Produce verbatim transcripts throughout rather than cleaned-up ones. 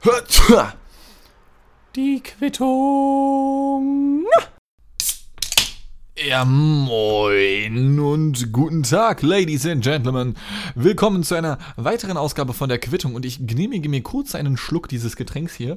Die Quittung. Ja, moin und guten Tag, Ladies and Gentlemen. Willkommen zu einer weiteren Ausgabe von der Quittung und ich genehmige mir kurz einen Schluck dieses Getränks hier.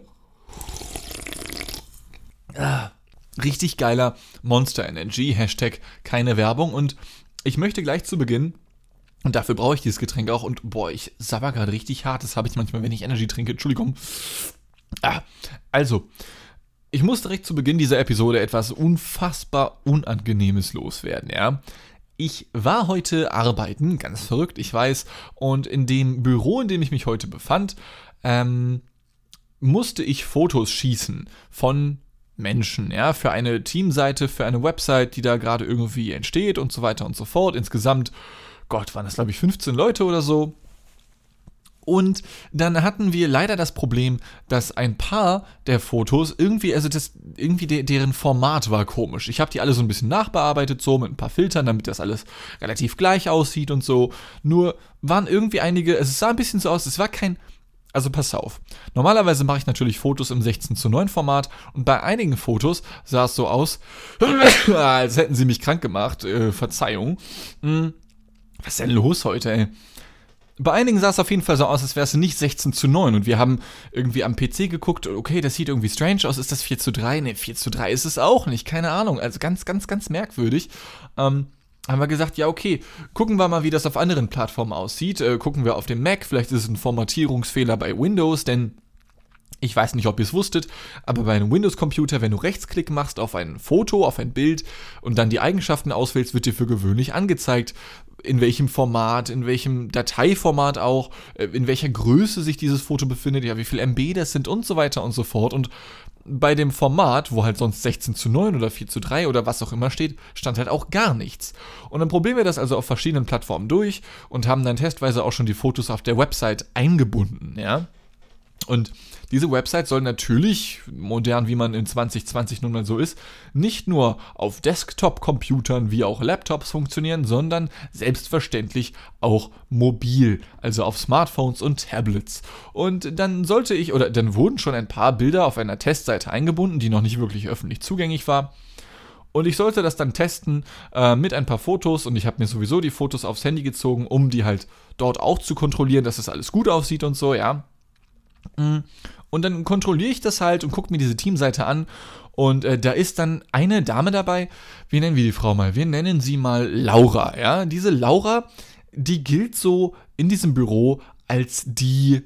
Ah, richtig geiler Monster Energy, Hashtag keine Werbung, und ich möchte gleich zu Beginn, und dafür brauche ich dieses Getränk auch, und boah, ich sabber gerade richtig hart, das habe ich manchmal, wenn ich Energy trinke, Entschuldigung. Ah, also, ich muss direkt zu Beginn dieser Episode etwas unfassbar Unangenehmes loswerden, ja. Ich war heute arbeiten, ganz verrückt, ich weiß, und in dem Büro, in dem ich mich heute befand, ähm, musste ich Fotos schießen von Menschen, ja, für eine Teamseite, für eine Website, die da gerade irgendwie entsteht und so weiter und so fort. Insgesamt, Gott, waren das glaube ich fünfzehn Leute oder so. Und dann hatten wir leider das Problem, dass ein paar der Fotos irgendwie, also das, irgendwie de, deren Format war komisch. Ich habe die alle so ein bisschen nachbearbeitet, so mit ein paar Filtern, damit das alles relativ gleich aussieht und so. Nur waren irgendwie einige, es sah ein bisschen so aus, es war kein, also pass auf. Normalerweise mache ich natürlich Fotos im sechzehn zu neun Format und bei einigen Fotos sah es so aus, als hätten sie mich krank gemacht, äh, Verzeihung. Hm, was ist denn los heute, ey? Bei einigen sah es auf jeden Fall so aus, als wäre es nicht sechzehn zu neun und wir haben irgendwie am P C geguckt, okay, das sieht irgendwie strange aus, ist das vier zu drei? Ne, vier zu drei ist es auch nicht, keine Ahnung, also ganz, ganz, ganz merkwürdig. Ähm, haben wir gesagt, ja okay, gucken wir mal, wie das auf anderen Plattformen aussieht, äh, gucken wir auf dem Mac, vielleicht ist es ein Formatierungsfehler bei Windows, denn ich weiß nicht, ob ihr es wusstet, aber bei einem Windows-Computer, wenn du Rechtsklick machst auf ein Foto, auf ein Bild und dann die Eigenschaften auswählst, wird dir für gewöhnlich angezeigt, in welchem Format, in welchem Dateiformat auch, in welcher Größe sich dieses Foto befindet, ja, wie viel M B das sind und so weiter und so fort. Und bei dem Format, wo halt sonst sechzehn zu neun oder vier zu drei oder was auch immer steht, stand halt auch gar nichts. Und dann probieren wir das also auf verschiedenen Plattformen durch und haben dann testweise auch schon die Fotos auf der Website eingebunden, ja. Und diese Website soll natürlich, modern wie man in zwanzig zwanzig nun mal so ist, nicht nur auf Desktop-Computern wie auch Laptops funktionieren, sondern selbstverständlich auch mobil, also auf Smartphones und Tablets. Und dann sollte ich, oder dann wurden schon ein paar Bilder auf einer Testseite eingebunden, die noch nicht wirklich öffentlich zugänglich war. Und ich sollte das dann testen äh, mit ein paar Fotos, und ich habe mir sowieso die Fotos aufs Handy gezogen, um die halt dort auch zu kontrollieren, dass das alles gut aussieht und so, ja. Und dann kontrolliere ich das halt und gucke mir diese Teamseite an und äh, da ist dann eine Dame dabei, wie nennen wir die Frau mal? Wir nennen sie mal Laura, ja. Diese Laura, die gilt so in diesem Büro als die,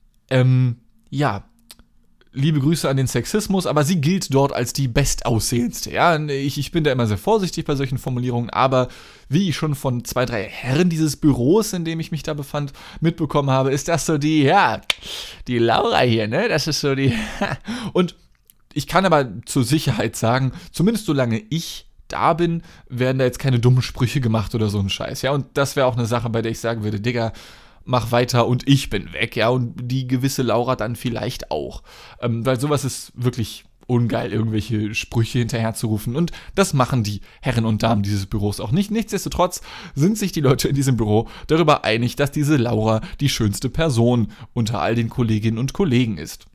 ähm, ja, liebe Grüße an den Sexismus, aber sie gilt dort als die bestaussehendste, ja. Ich, ich bin da immer sehr vorsichtig bei solchen Formulierungen, aber wie ich schon von zwei, drei Herren dieses Büros, in dem ich mich da befand, mitbekommen habe, ist das so die, ja, die Laura hier, ne, das ist so die, und ich kann aber zur Sicherheit sagen, zumindest solange ich da bin, werden da jetzt keine dummen Sprüche gemacht oder so ein Scheiß, ja, und das wäre auch eine Sache, bei der ich sagen würde, Digga, mach weiter und ich bin weg, ja, und die gewisse Laura dann vielleicht auch. Ähm, weil sowas ist wirklich ungeil, irgendwelche Sprüche hinterher zu rufen, und das machen die Herren und Damen dieses Büros auch nicht. Nichtsdestotrotz sind sich die Leute in diesem Büro darüber einig, dass diese Laura die schönste Person unter all den Kolleginnen und Kollegen ist.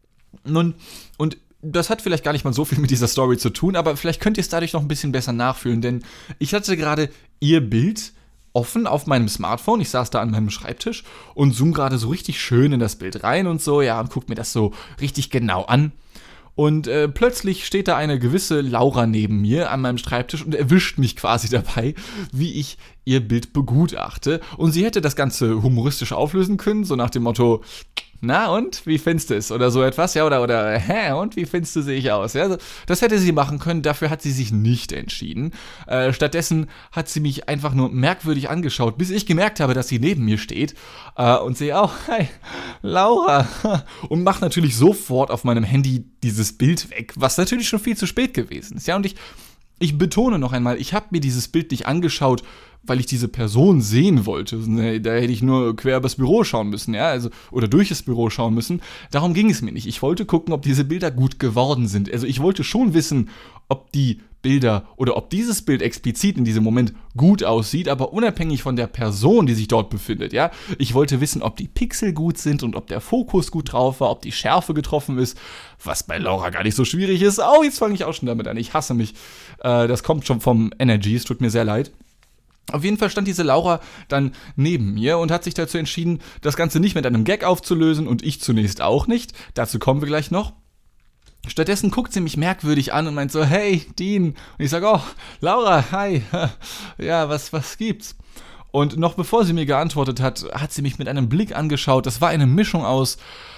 Nun, und das hat vielleicht gar nicht mal so viel mit dieser Story zu tun, aber vielleicht könnt ihr es dadurch noch ein bisschen besser nachfühlen, denn ich hatte gerade ihr Bild offen auf meinem Smartphone, ich saß da an meinem Schreibtisch und zoom gerade so richtig schön in das Bild rein und so, ja, und guck mir das so richtig genau an. Und äh, plötzlich steht da eine gewisse Laura neben mir an meinem Schreibtisch und erwischt mich quasi dabei, wie ich ihr Bild begutachte. Und sie hätte das Ganze humoristisch auflösen können, so nach dem Motto, na und, wie findest du es? Oder so etwas, ja, oder, oder, hä, und, wie findest du, sehe ich aus? Ja, das hätte sie machen können, dafür hat sie sich nicht entschieden. Äh, stattdessen hat sie mich einfach nur merkwürdig angeschaut, bis ich gemerkt habe, dass sie neben mir steht äh, und sehe auch, hi, Laura, und macht natürlich sofort auf meinem Handy dieses Bild weg, was natürlich schon viel zu spät gewesen ist, ja, und ich, ich betone noch einmal, ich habe mir dieses Bild nicht angeschaut, weil ich diese Person sehen wollte. Da hätte ich nur quer übers Büro schauen müssen, ja, also, oder durch das Büro schauen müssen. Darum ging es mir nicht. Ich wollte gucken, ob diese Bilder gut geworden sind. Also ich wollte schon wissen, ob die Bilder oder ob dieses Bild explizit in diesem Moment gut aussieht, aber unabhängig von der Person, die sich dort befindet, ja. Ich wollte wissen, ob die Pixel gut sind und ob der Fokus gut drauf war, ob die Schärfe getroffen ist, was bei Laura gar nicht so schwierig ist. Oh, jetzt fange ich auch schon damit an. Ich hasse mich. Äh, das kommt schon vom Energy, es tut mir sehr leid. Auf jeden Fall stand diese Laura dann neben mir und hat sich dazu entschieden, das Ganze nicht mit einem Gag aufzulösen und ich zunächst auch nicht. Dazu kommen wir gleich noch. Stattdessen guckt sie mich merkwürdig an und meint so, hey, Dean. Und ich sage, oh, Laura, hi. Ja, was, was gibt's? Und noch bevor sie mir geantwortet hat, hat sie mich mit einem Blick angeschaut. Das war eine Mischung aus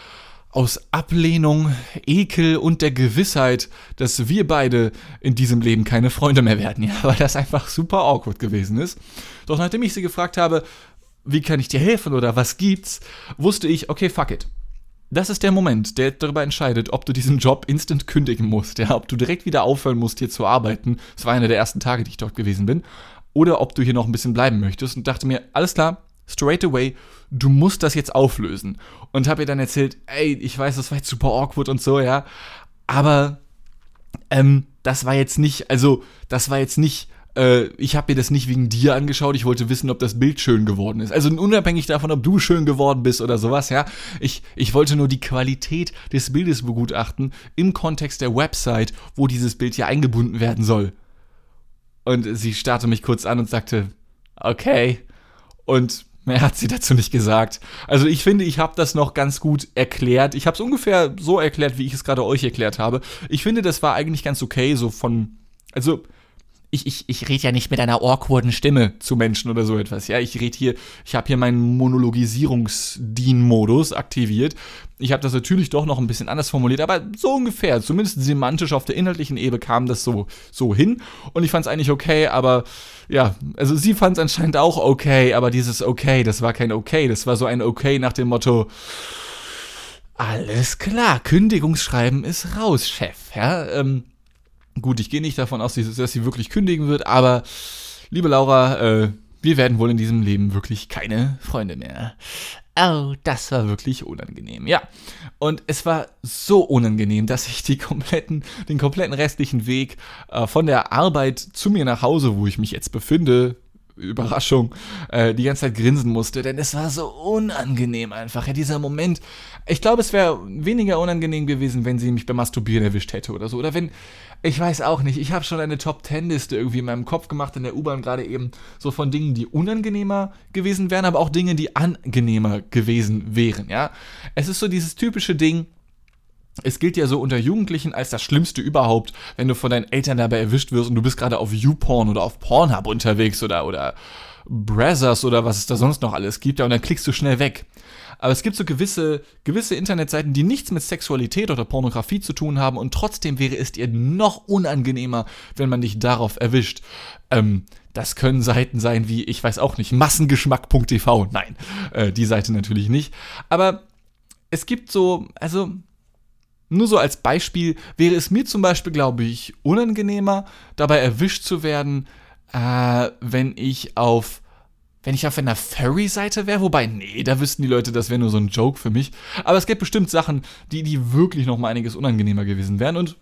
aus Ablehnung, Ekel und der Gewissheit, dass wir beide in diesem Leben keine Freunde mehr werden, ja, weil das einfach super awkward gewesen ist. Doch nachdem ich sie gefragt habe, wie kann ich dir helfen oder was gibt's, wusste ich, okay, fuck it. Das ist der Moment, der darüber entscheidet, ob du diesen Job instant kündigen musst, ja, ob du direkt wieder aufhören musst, hier zu arbeiten. Das war einer der ersten Tage, die ich dort gewesen bin. Oder ob du hier noch ein bisschen bleiben möchtest und dachte mir, alles klar, straight away, du musst das jetzt auflösen. Und habe ihr dann erzählt, ey, ich weiß, das war jetzt super awkward und so, ja, aber ähm, das war jetzt nicht, also, das war jetzt nicht, äh, ich habe mir das nicht wegen dir angeschaut, ich wollte wissen, ob das Bild schön geworden ist. Also unabhängig davon, ob du schön geworden bist oder sowas, ja, ich, ich wollte nur die Qualität des Bildes begutachten im Kontext der Website, wo dieses Bild hier eingebunden werden soll. Und sie starrte mich kurz an und sagte, okay, und mehr hat sie dazu nicht gesagt. Also ich finde, ich habe das noch ganz gut erklärt. Ich habe es ungefähr so erklärt, wie ich es gerade euch erklärt habe. Ich finde, das war eigentlich ganz okay, so von, also ich, ich, ich rede ja nicht mit einer awkwarden Stimme zu Menschen oder so etwas. Ja, ich rede hier, ich habe hier meinen Monologisierungs-Dien-Modus aktiviert. Ich habe das natürlich doch noch ein bisschen anders formuliert, aber so ungefähr, zumindest semantisch auf der inhaltlichen Ebene kam das so, so hin. Und ich fand es eigentlich okay, aber ja, also sie fand es anscheinend auch okay, aber dieses okay, das war kein okay, das war so ein okay nach dem Motto, alles klar, Kündigungsschreiben ist raus, Chef. Ja, ähm, gut, ich gehe nicht davon aus, dass sie wirklich kündigen wird, aber liebe Laura, äh, wir werden wohl in diesem Leben wirklich keine Freunde mehr. Oh, das war wirklich unangenehm, ja. Und es war so unangenehm, dass ich die kompletten, den kompletten restlichen Weg äh, von der Arbeit zu mir nach Hause, wo ich mich jetzt befinde, Überraschung, äh, die ganze Zeit grinsen musste, denn es war so unangenehm einfach, ja, dieser Moment. Ich glaube, es wäre weniger unangenehm gewesen, wenn sie mich beim Masturbieren erwischt hätte oder so. Oder wenn, ich weiß auch nicht, ich habe schon eine Top-Ten-Liste irgendwie in meinem Kopf gemacht, in der U-Bahn gerade eben, so von Dingen, die unangenehmer gewesen wären, aber auch Dinge, die angenehmer gewesen wären, ja. Es ist so dieses typische Ding, es gilt ja so unter Jugendlichen als das Schlimmste überhaupt, wenn du von deinen Eltern dabei erwischt wirst und du bist gerade auf YouPorn oder auf Pornhub unterwegs oder, oder Brazzers oder was es da sonst noch alles gibt, ja, und dann klickst du schnell weg. Aber es gibt so gewisse, gewisse Internetseiten, die nichts mit Sexualität oder Pornografie zu tun haben und trotzdem wäre es dir noch unangenehmer, wenn man dich darauf erwischt. Ähm, das können Seiten sein wie, ich weiß auch nicht, massengeschmack punkt t v. Nein, äh, die Seite natürlich nicht. Aber es gibt so, also nur so als Beispiel wäre es mir zum Beispiel, glaube ich, unangenehmer, dabei erwischt zu werden, äh, wenn ich auf Wenn ich auf einer Furry-Seite wäre, wobei, nee, da wüssten die Leute, das wäre nur so ein Joke für mich. Aber es gibt bestimmt Sachen, die, die wirklich noch mal einiges unangenehmer gewesen wären. Und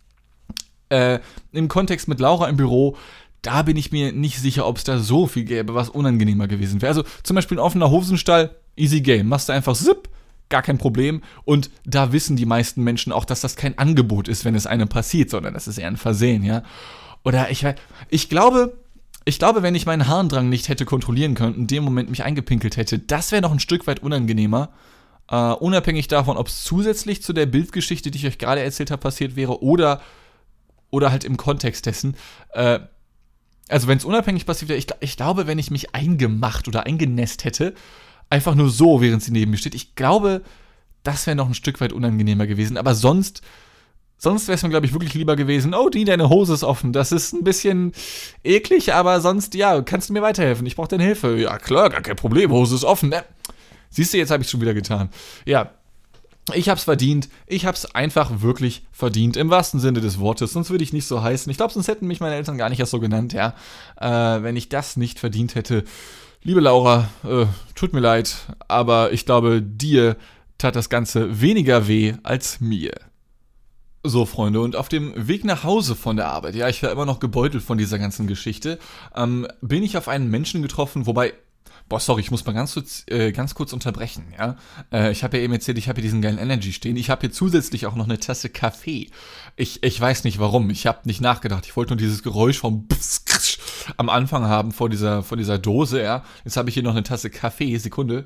äh, im Kontext mit Laura im Büro, da bin ich mir nicht sicher, ob es da so viel gäbe, was unangenehmer gewesen wäre. Also zum Beispiel ein offener Hosenstall, easy game. Machst du einfach zip, gar kein Problem. Und da wissen die meisten Menschen auch, dass das kein Angebot ist, wenn es einem passiert, sondern das ist eher ein Versehen, ja. Oder ich, ich glaube... Ich glaube, wenn ich meinen Harndrang nicht hätte kontrollieren können und in dem Moment mich eingepinkelt hätte, das wäre noch ein Stück weit unangenehmer. Uh, unabhängig davon, ob es zusätzlich zu der Bildgeschichte, die ich euch gerade erzählt habe, passiert wäre oder, oder halt im Kontext dessen. Uh, also wenn es unabhängig passiert wäre, ich, ich glaube, wenn ich mich eingemacht oder eingenässt hätte, einfach nur so, während sie neben mir steht, ich glaube, das wäre noch ein Stück weit unangenehmer gewesen. Aber sonst... Sonst wäre es mir, glaube ich, wirklich lieber gewesen, oh, die, deine Hose ist offen. Das ist ein bisschen eklig, aber sonst, ja, kannst du mir weiterhelfen? Ich brauche deine Hilfe. Ja, klar, gar kein Problem, Hose ist offen. Ne? Siehst du, jetzt habe ich es schon wieder getan. Ja, ich habe es verdient. Ich habe es einfach wirklich verdient, im wahrsten Sinne des Wortes. Sonst würde ich nicht so heißen. Ich glaube, sonst hätten mich meine Eltern gar nicht erst so genannt, ja. Äh, wenn ich das nicht verdient hätte. Liebe Laura, äh, tut mir leid, aber ich glaube, dir tat das Ganze weniger weh als mir. So, Freunde, und auf dem Weg nach Hause von der Arbeit, ja, ich war immer noch gebeutelt von dieser ganzen Geschichte, ähm, bin ich auf einen Menschen getroffen, wobei, boah, sorry, ich muss mal ganz kurz, äh, ganz kurz unterbrechen, ja. Äh, ich habe ja eben erzählt, ich habe hier diesen geilen Energy stehen. Ich habe hier zusätzlich auch noch eine Tasse Kaffee. Ich, ich weiß nicht warum, ich habe nicht nachgedacht. Ich wollte nur dieses Geräusch vom Pss, Ksch am Anfang haben vor dieser, vor dieser Dose, ja. Jetzt habe ich hier noch eine Tasse Kaffee, Sekunde.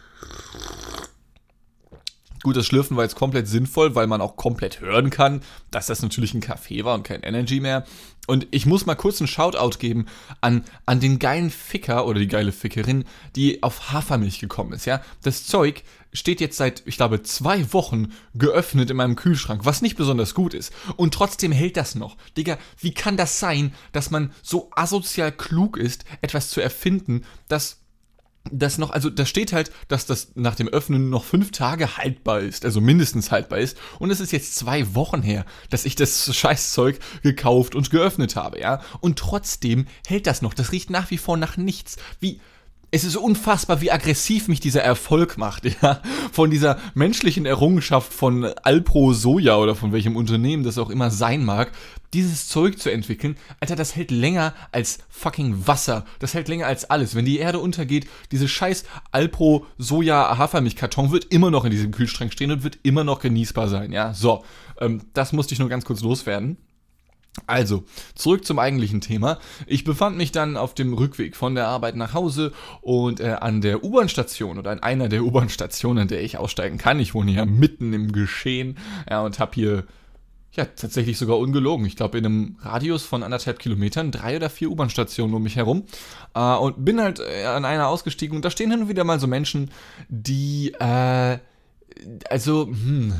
Gut, das Schlürfen war jetzt komplett sinnvoll, weil man auch komplett hören kann, dass das natürlich ein Kaffee war und kein Energy mehr. Und ich muss mal kurz einen Shoutout geben an, an den geilen Ficker oder die geile Fickerin, die auf Hafermilch gekommen ist, ja. Das Zeug steht jetzt seit, ich glaube, zwei Wochen geöffnet in meinem Kühlschrank, was nicht besonders gut ist. Und trotzdem hält das noch. Digga, wie kann das sein, dass man so asozial klug ist, etwas zu erfinden, das das noch, also da steht halt, dass das nach dem Öffnen noch fünf Tage haltbar ist, also mindestens haltbar ist. Und es ist jetzt zwei Wochen her, dass ich das Scheißzeug gekauft und geöffnet habe, ja. Und trotzdem hält das noch. Das riecht nach wie vor nach nichts. Wie, es ist unfassbar, wie aggressiv mich dieser Erfolg macht, ja. Von dieser menschlichen Errungenschaft von Alpro Soja oder von welchem Unternehmen das auch immer sein mag, dieses Zeug zu entwickeln, Alter, das hält länger als fucking Wasser. Das hält länger als alles. Wenn die Erde untergeht, diese scheiß Alpro Soja Hafermilchkarton wird immer noch in diesem Kühlschrank stehen und wird immer noch genießbar sein, ja. So, ähm, das musste ich nur ganz kurz loswerden. Also, zurück zum eigentlichen Thema. Ich befand mich dann auf dem Rückweg von der Arbeit nach Hause und äh, an der U-Bahn-Station oder an einer der U-Bahn-Stationen, an der ich aussteigen kann. Ich wohne ja mitten im Geschehen, ja, und habe hier, ja, tatsächlich sogar ungelogen. Ich glaube, in einem Radius von anderthalb Kilometern drei oder vier U-Bahn-Stationen um mich herum. Äh, und bin halt äh, an einer ausgestiegen und da stehen hin und wieder mal so Menschen, die, äh, also, hm...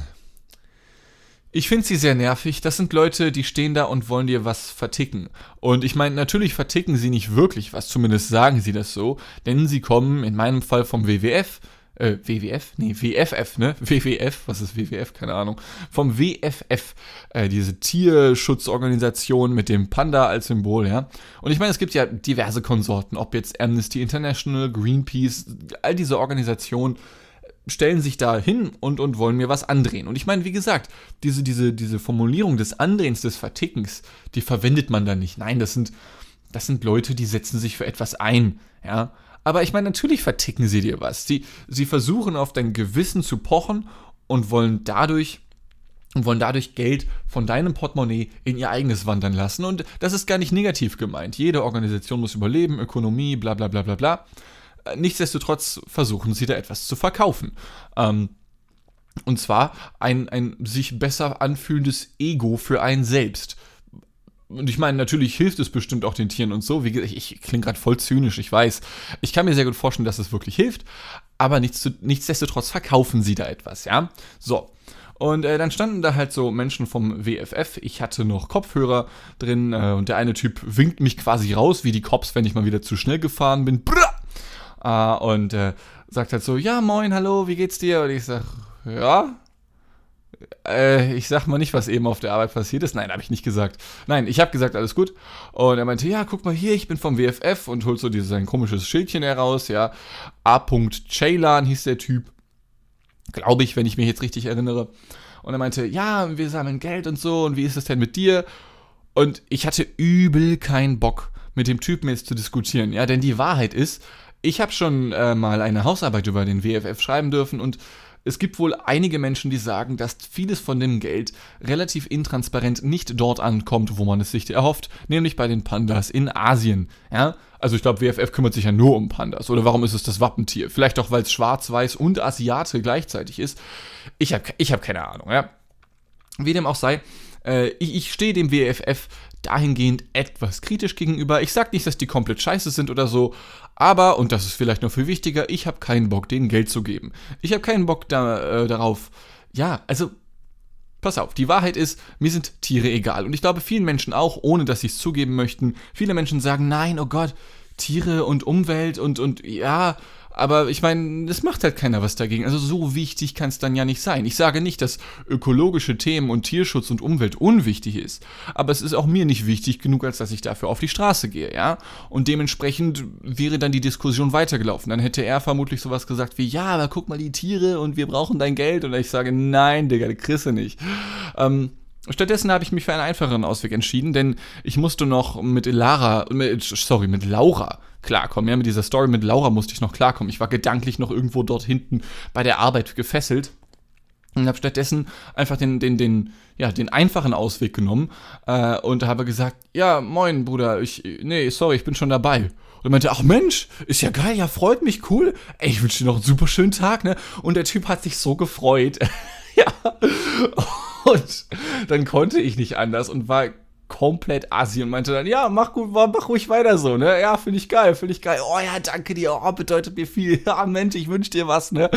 Ich finde sie sehr nervig. Das sind Leute, die stehen da und wollen dir was verticken. Und ich meine, natürlich verticken sie nicht wirklich was, zumindest sagen sie das so, denn sie kommen in meinem Fall vom W W F, äh, W W F? Nee, W F F, ne? W W F, was ist W W F? Keine Ahnung. Vom W F F, äh, diese Tierschutzorganisation mit dem Panda als Symbol, ja. Und ich meine, es gibt ja diverse Konsorten, ob jetzt Amnesty International, Greenpeace, all diese Organisationen, stellen sich da hin und, und wollen mir was andrehen. Und ich meine, wie gesagt, diese, diese, diese Formulierung des Andrehens, des Vertickens, die verwendet man dann nicht. Nein, das sind, das sind Leute, die setzen sich für etwas ein, ja. Aber ich meine, natürlich verticken sie dir was. Sie, sie versuchen auf dein Gewissen zu pochen und wollen dadurch, und wollen dadurch Geld von deinem Portemonnaie in ihr eigenes wandern lassen. Und das ist gar nicht negativ gemeint. Jede Organisation muss überleben, Ökonomie, bla bla bla bla bla. Nichtsdestotrotz versuchen sie da etwas zu verkaufen. Ähm, und zwar ein, ein sich besser anfühlendes Ego für einen selbst. Und ich meine, natürlich hilft es bestimmt auch den Tieren und so. Wie gesagt, ich, ich klinge gerade voll zynisch, ich weiß. Ich kann mir sehr gut vorstellen, dass es wirklich hilft. Aber nichts, nichtsdestotrotz verkaufen sie da etwas, ja. So. Und äh, dann standen da halt so Menschen vom W F F. Ich hatte noch Kopfhörer drin äh, und der eine Typ winkt mich quasi raus, wie die Cops, wenn ich mal wieder zu schnell gefahren bin. Brrr! Uh, und äh, sagt halt so, ja moin, hallo, wie geht's dir? Und ich sag, ja, äh, ich sag mal nicht, was eben auf der Arbeit passiert ist. Nein, habe ich nicht gesagt. Nein, ich habe gesagt, alles gut. Und er meinte, ja, guck mal hier, ich bin vom W F F und holt so dieses sein komisches Schildchen heraus, ja. A. Ceylan hieß der Typ, glaube ich, wenn ich mich jetzt richtig erinnere. Und er meinte, ja, wir sammeln Geld und so und wie ist es denn mit dir? Und ich hatte übel keinen Bock, mit dem Typen jetzt zu diskutieren, ja, denn die Wahrheit ist, ich habe schon äh, mal eine Hausarbeit über den W F F schreiben dürfen und es gibt wohl einige Menschen, die sagen, dass vieles von dem Geld relativ intransparent nicht dort ankommt, wo man es sich erhofft, nämlich bei den Pandas in Asien. Ja? Also ich glaube, W F F kümmert sich ja nur um Pandas. Oder warum ist es das Wappentier? Vielleicht auch, weil es schwarz-weiß und Asiate gleichzeitig ist. Ich habe ich hab keine Ahnung. Ja? Wie dem auch sei, äh, ich, ich stehe dem W F F dahingehend etwas kritisch gegenüber. Ich sag nicht, dass die komplett scheiße sind oder so, aber, und das ist vielleicht noch viel wichtiger, ich habe keinen Bock, denen Geld zu geben. Ich habe keinen Bock da, äh, darauf, ja, also, pass auf, die Wahrheit ist, mir sind Tiere egal. Und ich glaube, vielen Menschen auch, ohne dass sie es zugeben möchten, viele Menschen sagen, nein, oh Gott, Tiere und Umwelt und, und ja, aber ich meine, es macht halt keiner was dagegen. Also so wichtig kann es dann ja nicht sein. Ich sage nicht, dass ökologische Themen und Tierschutz und Umwelt unwichtig ist. Aber es ist auch mir nicht wichtig genug, als dass ich dafür auf die Straße gehe, ja. Und dementsprechend wäre dann die Diskussion weitergelaufen. Dann hätte er vermutlich sowas gesagt wie, ja, aber guck mal die Tiere und wir brauchen dein Geld. Und ich sage, nein, Digga, die kriegst du nicht. Ähm, Stattdessen habe ich mich für einen einfacheren Ausweg entschieden, denn ich musste noch mit Lara, mit, sorry, mit Laura klarkommen. Ja, mit dieser Story mit Laura musste ich noch klarkommen. Ich war gedanklich noch irgendwo dort hinten bei der Arbeit gefesselt und habe stattdessen einfach den, den, den, ja, den einfachen Ausweg genommen äh, und habe gesagt, ja, moin, Bruder, ich, nee, sorry, ich bin schon dabei. Und er meinte, ach Mensch, ist ja geil, ja, freut mich, cool. Ey, ich wünsche dir noch einen super schönen Tag, ne? Und der Typ hat sich so gefreut. Ja. Und dann konnte ich nicht anders und war komplett assi und meinte dann, ja, mach gut, mach ruhig weiter so, ne? Ja, finde ich geil, finde ich geil. Oh ja, danke dir, oh, bedeutet mir viel. Ja, Mensch, ich wünsche dir was, ne?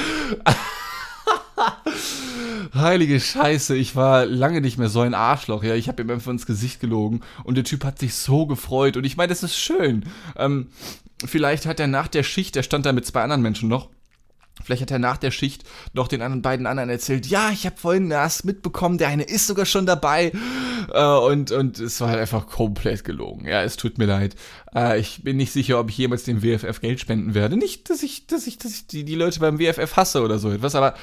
Heilige Scheiße, ich war lange nicht mehr so ein Arschloch, ja, ich habe ihm einfach ins Gesicht gelogen und der Typ hat sich so gefreut und ich meine, das ist schön. Ähm, vielleicht hat er nach der Schicht, der stand da mit zwei anderen Menschen noch, vielleicht hat er nach der Schicht noch den anderen beiden anderen erzählt, ja, ich habe vorhin das mitbekommen, der eine ist sogar schon dabei äh, und, und es war halt einfach komplett gelogen. Ja, es tut mir leid. Äh, ich bin nicht sicher, ob ich jemals dem W F F Geld spenden werde. Nicht, dass ich, dass ich, dass ich die, die Leute beim W F F hasse oder so etwas, aber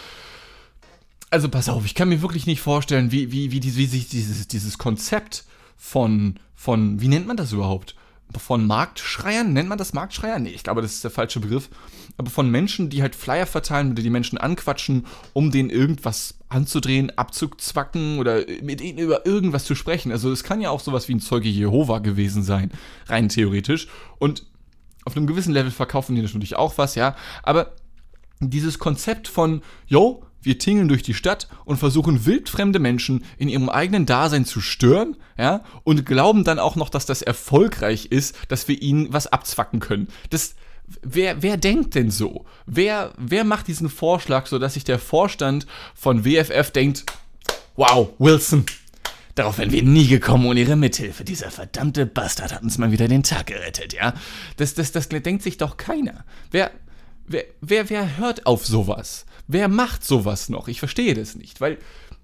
also pass auf, ich kann mir wirklich nicht vorstellen, wie, wie, wie, die, wie sich dieses, dieses Konzept von, von, wie nennt man das überhaupt? Von Marktschreiern? Nennt man das Marktschreier? Nee, ich glaube, das ist der falsche Begriff. Aber von Menschen, die halt Flyer verteilen oder die Menschen anquatschen, um denen irgendwas anzudrehen, abzuzwacken oder mit ihnen über irgendwas zu sprechen. Also es kann ja auch sowas wie ein Zeuge Jehova gewesen sein, rein theoretisch. Und auf einem gewissen Level verkaufen die natürlich auch was, ja. Aber dieses Konzept von, yo, wir tingeln durch die Stadt und versuchen wildfremde Menschen in ihrem eigenen Dasein zu stören, ja, und glauben dann auch noch, dass das erfolgreich ist, dass wir ihnen was abzwacken können. Das, wer, wer denkt denn so? Wer, wer macht diesen Vorschlag, sodass sich der Vorstand von W F F denkt, wow, Wilson, darauf wären wir nie gekommen ohne ihre Mithilfe. Dieser verdammte Bastard hat uns mal wieder den Tag gerettet, ja? Das, das, das denkt sich doch keiner. Wer, wer, wer, wer hört auf sowas? Wer macht sowas noch? Ich verstehe das nicht, weil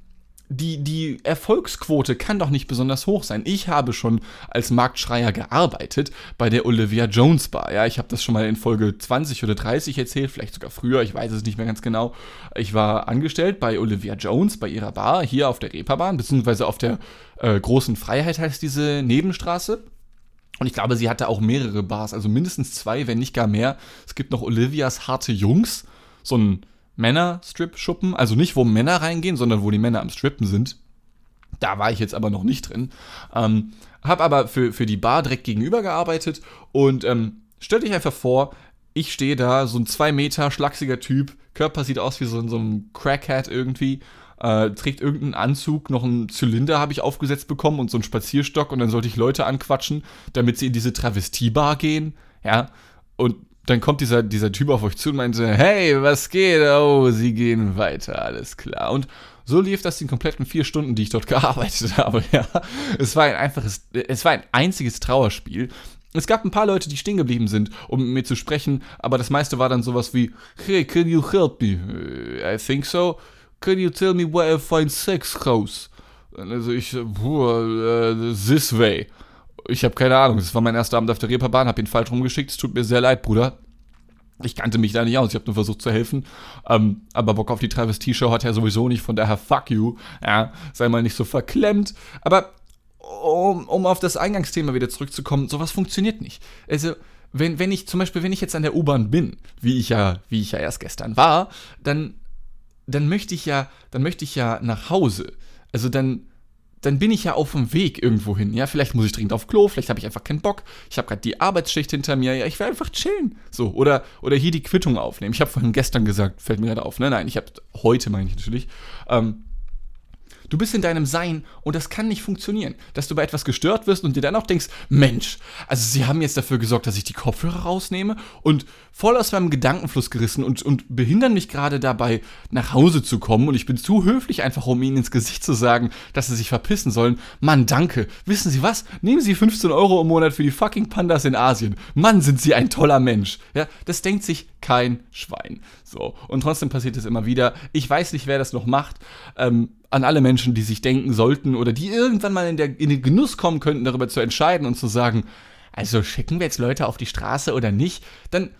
die, die Erfolgsquote kann doch nicht besonders hoch sein. Ich habe schon als Marktschreier gearbeitet bei der Olivia Jones Bar. Ja, ich habe das schon mal in Folge zwanzig oder dreißig erzählt, vielleicht sogar früher, ich weiß es nicht mehr ganz genau. Ich war angestellt bei Olivia Jones, bei ihrer Bar, hier auf der Reeperbahn, beziehungsweise auf der äh, Großen Freiheit heißt diese Nebenstraße. Und ich glaube, sie hatte auch mehrere Bars, also mindestens zwei, wenn nicht gar mehr. Es gibt noch Olivias Harte Jungs, so ein Männer-Strip-Schuppen, also nicht, wo Männer reingehen, sondern wo die Männer am Strippen sind. Da war ich jetzt aber noch nicht drin. Ähm, hab aber für, für die Bar direkt gegenüber gearbeitet und ähm, stell dich einfach vor, ich stehe da, so ein zwei Meter schlachsiger Typ, Körper sieht aus wie so, so ein Crackhead irgendwie, äh, trägt irgendeinen Anzug, noch einen Zylinder habe ich aufgesetzt bekommen und so einen Spazierstock und dann sollte ich Leute anquatschen, damit sie in diese Travestie-Bar gehen, ja, und dann kommt dieser, dieser Typ auf euch zu und meinte, hey, was geht? Oh, sie gehen weiter, alles klar. Und so lief das die kompletten vier Stunden, die ich dort gearbeitet habe. Ja. Es war ein einfaches, es war ein einziges Trauerspiel. Es gab ein paar Leute, die stehen geblieben sind, um mit mir zu sprechen, aber das meiste war dann sowas wie, hey, can you help me? I think so. Can you tell me where I find sex house? Also ich, uh, this way. Ich habe keine Ahnung, das war mein erster Abend auf der Reeperbahn, habe ihn falsch rumgeschickt, es tut mir sehr leid, Bruder. Ich kannte mich da nicht aus, ich habe nur versucht zu helfen, ähm, aber Bock auf die Travestie-Show hat er sowieso nicht, von daher fuck you, ja, sei mal nicht so verklemmt. Aber um, um auf das Eingangsthema wieder zurückzukommen, sowas funktioniert nicht. Also, wenn, wenn ich zum Beispiel, wenn ich jetzt an der U-Bahn bin, wie ich ja, wie ich ja erst gestern war, dann, dann möchte ich ja, dann möchte ich ja nach Hause. Also dann dann bin ich ja auf dem Weg irgendwo hin, ja, vielleicht muss ich dringend auf Klo, vielleicht habe ich einfach keinen Bock, ich habe gerade die Arbeitsschicht hinter mir, ja, ich will einfach chillen, so, oder, oder hier die Quittung aufnehmen, ich habe vorhin gestern gesagt, fällt mir gerade auf, ne, nein, ich habe, heute meine ich natürlich, ähm, du bist in deinem Sein und das kann nicht funktionieren, dass du bei etwas gestört wirst und dir dann auch denkst, Mensch, also sie haben jetzt dafür gesorgt, dass ich die Kopfhörer rausnehme und voll aus meinem Gedankenfluss gerissen und, und behindern mich gerade dabei, nach Hause zu kommen und ich bin zu höflich einfach, um ihnen ins Gesicht zu sagen, dass sie sich verpissen sollen. Mann, danke. Wissen Sie was? Nehmen Sie fünfzehn Euro im Monat für die fucking Pandas in Asien. Mann, sind Sie ein toller Mensch. Ja, das denkt sich kein Schwein. So, und trotzdem passiert es immer wieder. Ich weiß nicht, wer das noch macht. Ähm, an alle Menschen, die sich denken sollten oder die irgendwann mal in, der, in den Genuss kommen könnten, darüber zu entscheiden und zu sagen, also schicken wir jetzt Leute auf die Straße oder nicht, dann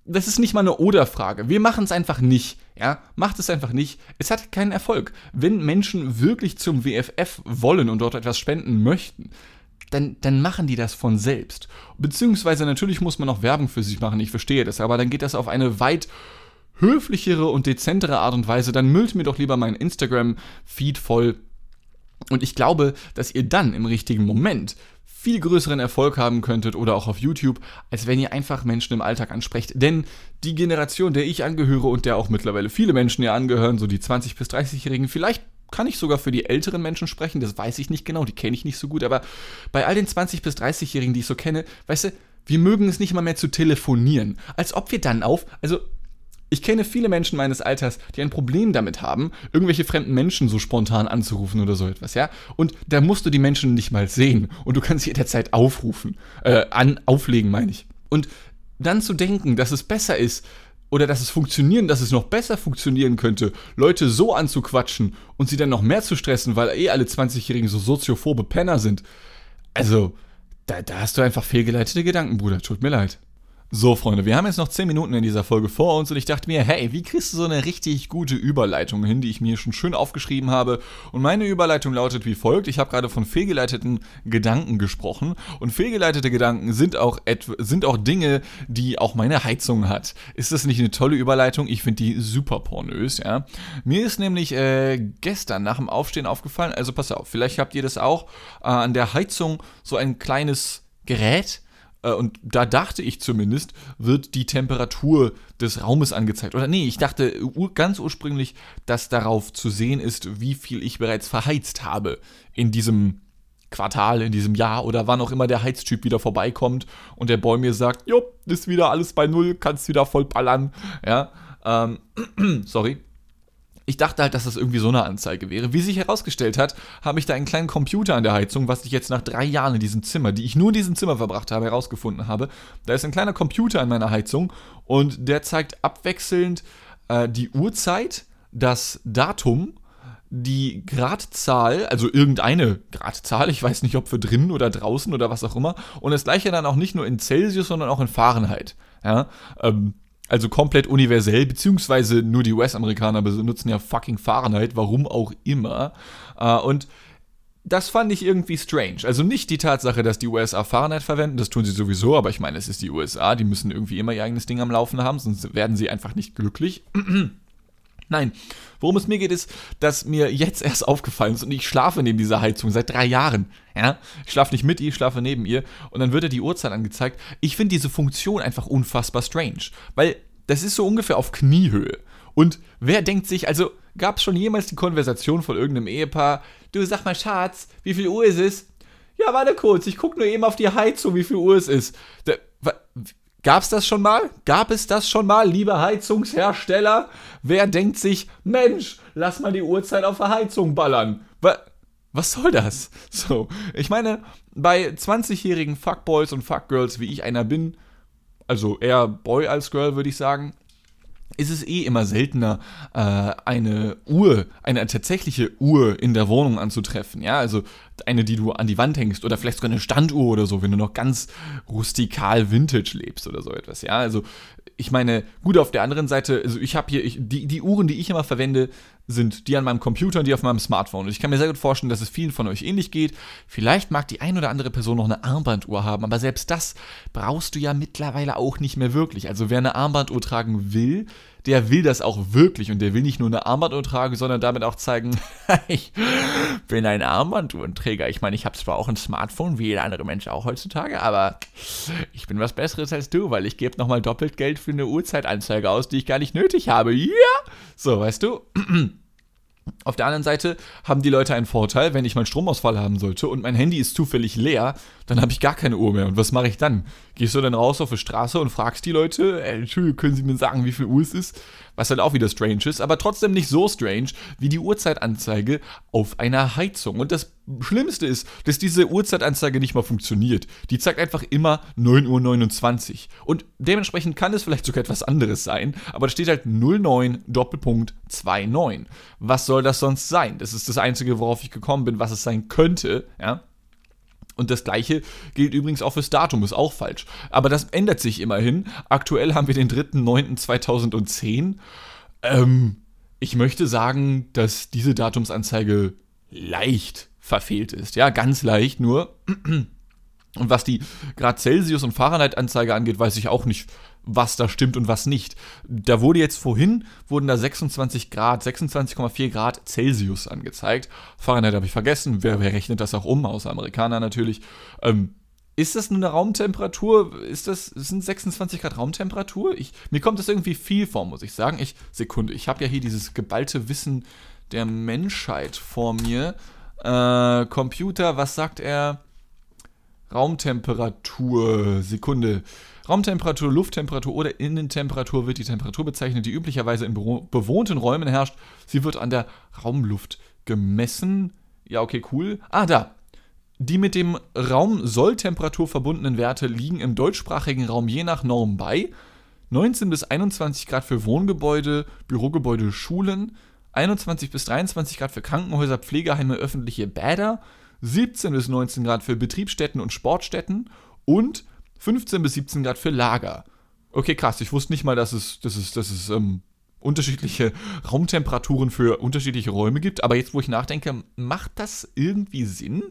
das ist nicht mal eine Oder-Frage. Wir machen es einfach nicht. Ja, macht es einfach nicht. Es hat keinen Erfolg. Wenn Menschen wirklich zum W F F wollen und dort etwas spenden möchten, dann, dann machen die das von selbst. Beziehungsweise natürlich muss man auch Werbung für sich machen, ich verstehe das, aber dann geht das auf eine weit höflichere und dezentere Art und Weise. Dann müllt mir doch lieber meinen Instagram-Feed voll. Und ich glaube, dass ihr dann im richtigen Moment viel größeren Erfolg haben könntet oder auch auf YouTube, als wenn ihr einfach Menschen im Alltag ansprecht. Denn die Generation, der ich angehöre und der auch mittlerweile viele Menschen ja angehören, so die zwanzig- bis dreißig-Jährigen, vielleicht kann ich sogar für die älteren Menschen sprechen, das weiß ich nicht genau, die kenne ich nicht so gut, aber bei all den zwanzig- bis dreißig-Jährigen, die ich so kenne, weißt du, wir mögen es nicht mal mehr zu telefonieren. Als ob wir dann auf, also ich kenne viele Menschen meines Alters, die ein Problem damit haben, irgendwelche fremden Menschen so spontan anzurufen oder so etwas, ja? Und da musst du die Menschen nicht mal sehen und du kannst jederzeit aufrufen, äh, an, auflegen, meine ich. Und dann zu denken, dass es besser ist oder dass es funktionieren, dass es noch besser funktionieren könnte, Leute so anzuquatschen und sie dann noch mehr zu stressen, weil eh alle zwanzig-Jährigen so soziophobe Penner sind. Also, da, da hast du einfach fehlgeleitete Gedanken, Bruder, tut mir leid. So, Freunde, wir haben jetzt noch zehn Minuten in dieser Folge vor uns und ich dachte mir, hey, wie kriegst du so eine richtig gute Überleitung hin, die ich mir schon schön aufgeschrieben habe? Und meine Überleitung lautet wie folgt. Ich habe gerade von fehlgeleiteten Gedanken gesprochen und fehlgeleitete Gedanken sind auch, etw- sind auch Dinge, die auch meine Heizung hat. Ist das nicht eine tolle Überleitung? Ich finde die super pornös, ja. Mir ist nämlich äh, gestern nach dem Aufstehen aufgefallen, also pass auf, vielleicht habt ihr das auch, äh, an der Heizung so ein kleines Gerät. Und da dachte ich zumindest, wird die Temperatur des Raumes angezeigt. Oder nee, ich dachte ganz ursprünglich, dass darauf zu sehen ist, wie viel ich bereits verheizt habe in diesem Quartal, in diesem Jahr oder wann auch immer der Heiztyp wieder vorbeikommt und der Boy mir sagt, jo, ist wieder alles bei Null, kannst wieder voll ballern. Ja, ähm, sorry. Ich dachte halt, dass das irgendwie so eine Anzeige wäre. Wie sich herausgestellt hat, habe ich da einen kleinen Computer an der Heizung, was ich jetzt nach drei Jahren in diesem Zimmer, die ich nur in diesem Zimmer verbracht habe, herausgefunden habe. Da ist ein kleiner Computer an meiner Heizung und der zeigt abwechselnd äh, die Uhrzeit, das Datum, die Gradzahl, also irgendeine Gradzahl, ich weiß nicht, ob für drinnen oder draußen oder was auch immer, und das gleiche dann auch nicht nur in Celsius, sondern auch in Fahrenheit. Ja, ähm, Also komplett universell, beziehungsweise nur die U S-Amerikaner benutzen ja fucking Fahrenheit, warum auch immer. Und das fand ich irgendwie strange. Also nicht die Tatsache, dass die U S A Fahrenheit verwenden, das tun sie sowieso, aber ich meine, es ist die U S A, die müssen irgendwie immer ihr eigenes Ding am Laufen haben, sonst werden sie einfach nicht glücklich. Nein, worum es mir geht, ist, dass mir jetzt erst aufgefallen ist und ich schlafe neben dieser Heizung seit drei Jahren. Ja? Ich schlafe nicht mit ihr, ich schlafe neben ihr und dann wird ja die Uhrzeit angezeigt. Ich finde diese Funktion einfach unfassbar strange, weil das ist so ungefähr auf Kniehöhe. Und wer denkt sich, also gab es schon jemals die Konversation von irgendeinem Ehepaar, du sag mal Schatz, wie viel Uhr ist es? Ja, warte kurz, ich gucke nur eben auf die Heizung, wie viel Uhr es ist. Da, wa, Gab's das schon mal? Gab es das schon mal, liebe Heizungshersteller? Wer denkt sich, Mensch, lass mal die Uhrzeit auf der Heizung ballern? Was, was soll das? So, ich meine, bei zwanzigjährigen Fuckboys und Fuckgirls, wie ich einer bin, also eher Boy als Girl, würde ich sagen, ist es eh immer seltener, äh, eine Uhr, eine tatsächliche Uhr in der Wohnung anzutreffen. Ja, also eine, die du an die Wand hängst oder vielleicht sogar eine Standuhr oder so, wenn du noch ganz rustikal Vintage lebst oder so etwas. Ja, also ich meine, gut, auf der anderen Seite, also ich habe hier, ich, die, die Uhren, die ich immer verwende, sind die an meinem Computer und die auf meinem Smartphone. Und ich kann mir sehr gut vorstellen, dass es vielen von euch ähnlich geht. Vielleicht mag die ein oder andere Person noch eine Armbanduhr haben, aber selbst das brauchst du ja mittlerweile auch nicht mehr wirklich. Also wer eine Armbanduhr tragen will, der will das auch wirklich und der will nicht nur eine Armbanduhr tragen, sondern damit auch zeigen, ich bin ein Armbanduhrenträger. Ich meine, ich habe zwar auch ein Smartphone, wie jeder andere Mensch auch heutzutage, aber ich bin was Besseres als du, weil ich gebe nochmal doppelt Geld für eine Uhrzeitanzeige aus, die ich gar nicht nötig habe. Ja! So, weißt du? Auf der anderen Seite haben die Leute einen Vorteil, wenn ich mal Stromausfall haben sollte und mein Handy ist zufällig leer, dann habe ich gar keine Uhr mehr. Und was mache ich dann? Gehst du dann raus auf die Straße und fragst die Leute, ey, Entschuldigung, können Sie mir sagen, wie viel Uhr es ist? Was halt auch wieder strange ist, aber trotzdem nicht so strange wie die Uhrzeitanzeige auf einer Heizung. Und das Schlimmste ist, dass diese Uhrzeitanzeige nicht mal funktioniert. Die zeigt einfach immer neun Uhr neunundzwanzig. Und dementsprechend kann es vielleicht sogar etwas anderes sein, aber da steht halt null neun Doppelpunkt neunundzwanzig. Was soll das sonst sein? Das ist das Einzige, worauf ich gekommen bin, was es sein könnte, ja. Und das gleiche gilt übrigens auch fürs Datum, ist auch falsch. Aber das ändert sich immerhin. Aktuell haben wir den dritter neunter zweitausendzehn. Ähm, ich möchte sagen, dass diese Datumsanzeige leicht verfehlt ist. Ja, ganz leicht nur. Und was die Grad Celsius und Fahrenheit-Anzeige angeht, weiß ich auch nicht, was da stimmt und was nicht. Da wurde jetzt vorhin, wurden da sechsundzwanzig Grad, sechsundzwanzig Komma vier Grad Celsius angezeigt. Fahrenheit habe ich vergessen, wer, wer rechnet das auch um, außer Amerikaner natürlich. Ähm, ist das nur eine Raumtemperatur? Ist das, sind sechsundzwanzig Grad Raumtemperatur? Ich, mir kommt das irgendwie viel vor, muss ich sagen. Ich, Sekunde, ich habe ja hier dieses geballte Wissen der Menschheit vor mir. Äh, Computer, was sagt er? Raumtemperatur, Sekunde. Raumtemperatur, Lufttemperatur oder Innentemperatur wird die Temperatur bezeichnet, die üblicherweise in bewohnten Räumen herrscht. Sie wird an der Raumluft gemessen. Ja, okay, cool. Ah, da. Die mit dem Raumsolltemperatur verbundenen Werte liegen im deutschsprachigen Raum je nach Norm bei neunzehn bis einundzwanzig Grad für Wohngebäude, Bürogebäude, Schulen, einundzwanzig bis dreiundzwanzig Grad für Krankenhäuser, Pflegeheime, öffentliche Bäder, siebzehn bis neunzehn Grad für Betriebsstätten und Sportstätten und fünfzehn bis siebzehn Grad für Lager. Okay, krass, ich wusste nicht mal, dass es, dass es, dass es ähm, unterschiedliche Raumtemperaturen für unterschiedliche Räume gibt, aber jetzt, wo ich nachdenke, macht das irgendwie Sinn?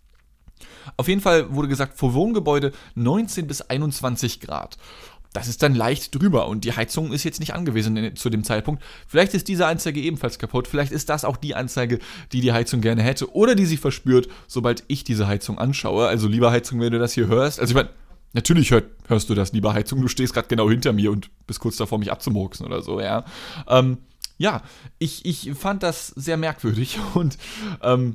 Auf jeden Fall wurde gesagt, für Wohngebäude neunzehn bis einundzwanzig Grad. Das ist dann leicht drüber und die Heizung ist jetzt nicht angewiesen zu dem Zeitpunkt. Vielleicht ist diese Anzeige ebenfalls kaputt. Vielleicht ist das auch die Anzeige, die die Heizung gerne hätte oder die sie verspürt, sobald ich diese Heizung anschaue. Also lieber Heizung, wenn du das hier hörst. Also ich meine, natürlich hör, hörst du das, lieber Heizung. Du stehst gerade genau hinter mir und bist kurz davor, mich abzumurksen oder so, ja. Ähm, ja, ich, ich fand das sehr merkwürdig und ähm,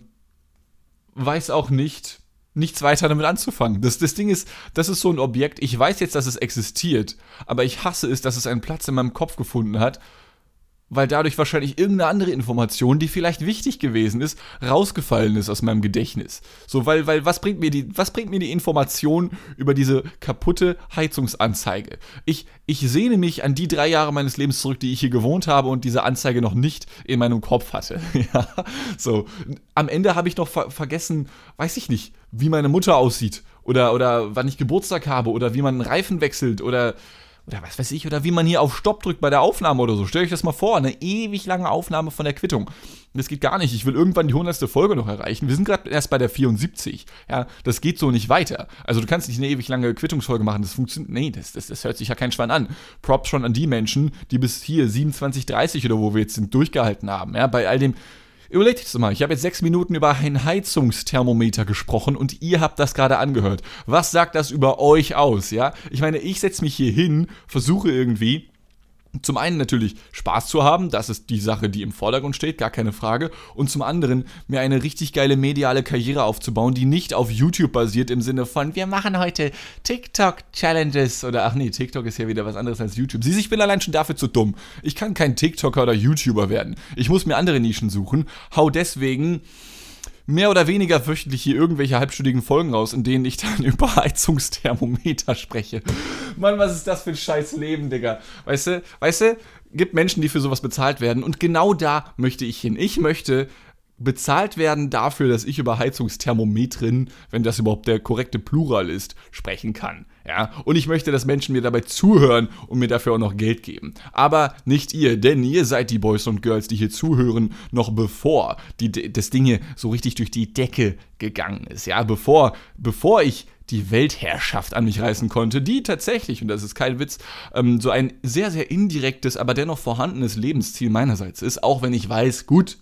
weiß auch nicht... nichts weiter damit anzufangen. Das, das Ding ist, das ist so ein Objekt, ich weiß jetzt, dass es existiert, aber ich hasse es, dass es einen Platz in meinem Kopf gefunden hat, weil dadurch wahrscheinlich irgendeine andere Information, die vielleicht wichtig gewesen ist, rausgefallen ist aus meinem Gedächtnis. So, weil, weil, was bringt mir die, was bringt mir die Information über diese kaputte Heizungsanzeige? Ich, ich sehne mich an die drei Jahre meines Lebens zurück, die ich hier gewohnt habe und diese Anzeige noch nicht in meinem Kopf hatte. Ja, so. Am Ende habe ich noch ver- vergessen, weiß ich nicht, wie meine Mutter aussieht oder, oder wann ich Geburtstag habe oder wie man einen Reifen wechselt oder Oder was weiß ich, oder wie man hier auf Stopp drückt bei der Aufnahme oder so. Stellt euch das mal vor, eine ewig lange Aufnahme von der Quittung. Das geht gar nicht. Ich will irgendwann die hundertste Folge noch erreichen. Wir sind gerade erst bei der vierundsiebzig. Ja, das geht so nicht weiter. Also du kannst nicht eine ewig lange Quittungsfolge machen. Das funktioniert, nee, das, das, das hört sich ja kein Schwein an. Props schon an die Menschen, die bis hier siebenundzwanzig dreißig oder wo wir jetzt sind, durchgehalten haben. Ja, bei all dem... Überlegt euch das mal, ich habe jetzt sechs Minuten über ein Heizungsthermometer gesprochen und ihr habt das gerade angehört. Was sagt das über euch aus, ja? Ich meine, ich setze mich hier hin, versuche irgendwie zum einen natürlich Spaß zu haben, das ist die Sache, die im Vordergrund steht, gar keine Frage. Und zum anderen mir eine richtig geile mediale Karriere aufzubauen, die nicht auf YouTube basiert im Sinne von, wir machen heute TikTok-Challenges oder, ach nee, TikTok ist ja wieder was anderes als YouTube. Siehst, ich bin allein schon dafür zu dumm. Ich kann kein TikToker oder YouTuber werden. Ich muss mir andere Nischen suchen, hau deswegen mehr oder weniger wöchentlich hier irgendwelche halbstündigen Folgen raus, in denen ich dann über Heizungsthermometer spreche. Mann, was ist das für ein scheiß Leben, Digga? Weißt du, weißt du, gibt Menschen, die für sowas bezahlt werden und genau da möchte ich hin. Ich möchte bezahlt werden dafür, dass ich über Heizungsthermometern, wenn das überhaupt der korrekte Plural ist, sprechen kann. Ja, und ich möchte, dass Menschen mir dabei zuhören und mir dafür auch noch Geld geben. Aber nicht ihr, denn ihr seid die Boys und Girls, die hier zuhören, noch bevor die, das Ding hier so richtig durch die Decke gegangen ist. Ja, bevor, bevor ich die Weltherrschaft an mich reißen konnte, die tatsächlich, und das ist kein Witz, ähm, so ein sehr, sehr indirektes, aber dennoch vorhandenes Lebensziel meinerseits ist, auch wenn ich weiß, gut,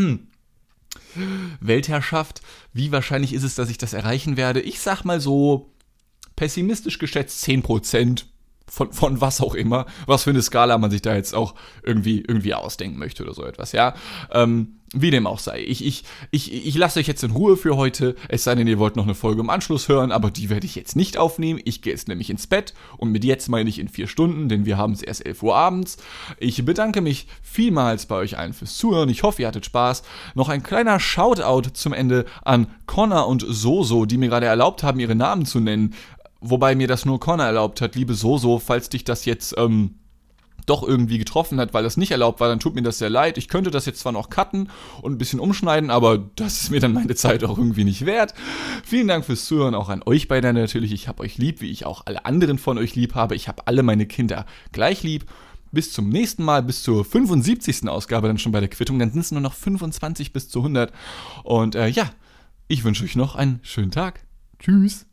Weltherrschaft, wie wahrscheinlich ist es, dass ich das erreichen werde? Ich sag mal so, pessimistisch geschätzt zehn Prozent von, von was auch immer, was für eine Skala man sich da jetzt auch irgendwie, irgendwie ausdenken möchte oder so etwas, ja. Ähm, wie dem auch sei. Ich, ich, ich, ich lasse euch jetzt in Ruhe für heute, es sei denn, ihr wollt noch eine Folge im Anschluss hören, aber die werde ich jetzt nicht aufnehmen. Ich gehe jetzt nämlich ins Bett und mit jetzt meine ich in vier Stunden, denn wir haben es erst elf Uhr abends. Ich bedanke mich vielmals bei euch allen fürs Zuhören. Ich hoffe, ihr hattet Spaß. Noch ein kleiner Shoutout zum Ende an Connor und Soso, die mir gerade erlaubt haben, ihre Namen zu nennen. Wobei mir das nur Connor erlaubt hat. Liebe Soso, falls dich das jetzt ähm, doch irgendwie getroffen hat, weil das nicht erlaubt war, dann tut mir das sehr leid. Ich könnte das jetzt zwar noch cutten und ein bisschen umschneiden, aber das ist mir dann meine Zeit auch irgendwie nicht wert. Vielen Dank fürs Zuhören, auch an euch beide natürlich. Ich habe euch lieb, wie ich auch alle anderen von euch lieb habe. Ich habe alle meine Kinder gleich lieb. Bis zum nächsten Mal, bis zur fünfundsiebzigsten Ausgabe dann schon bei der Quittung. Dann sind es nur noch fünfundzwanzig bis zu hundert. Und äh, ja, ich wünsche euch noch einen schönen Tag. Tschüss.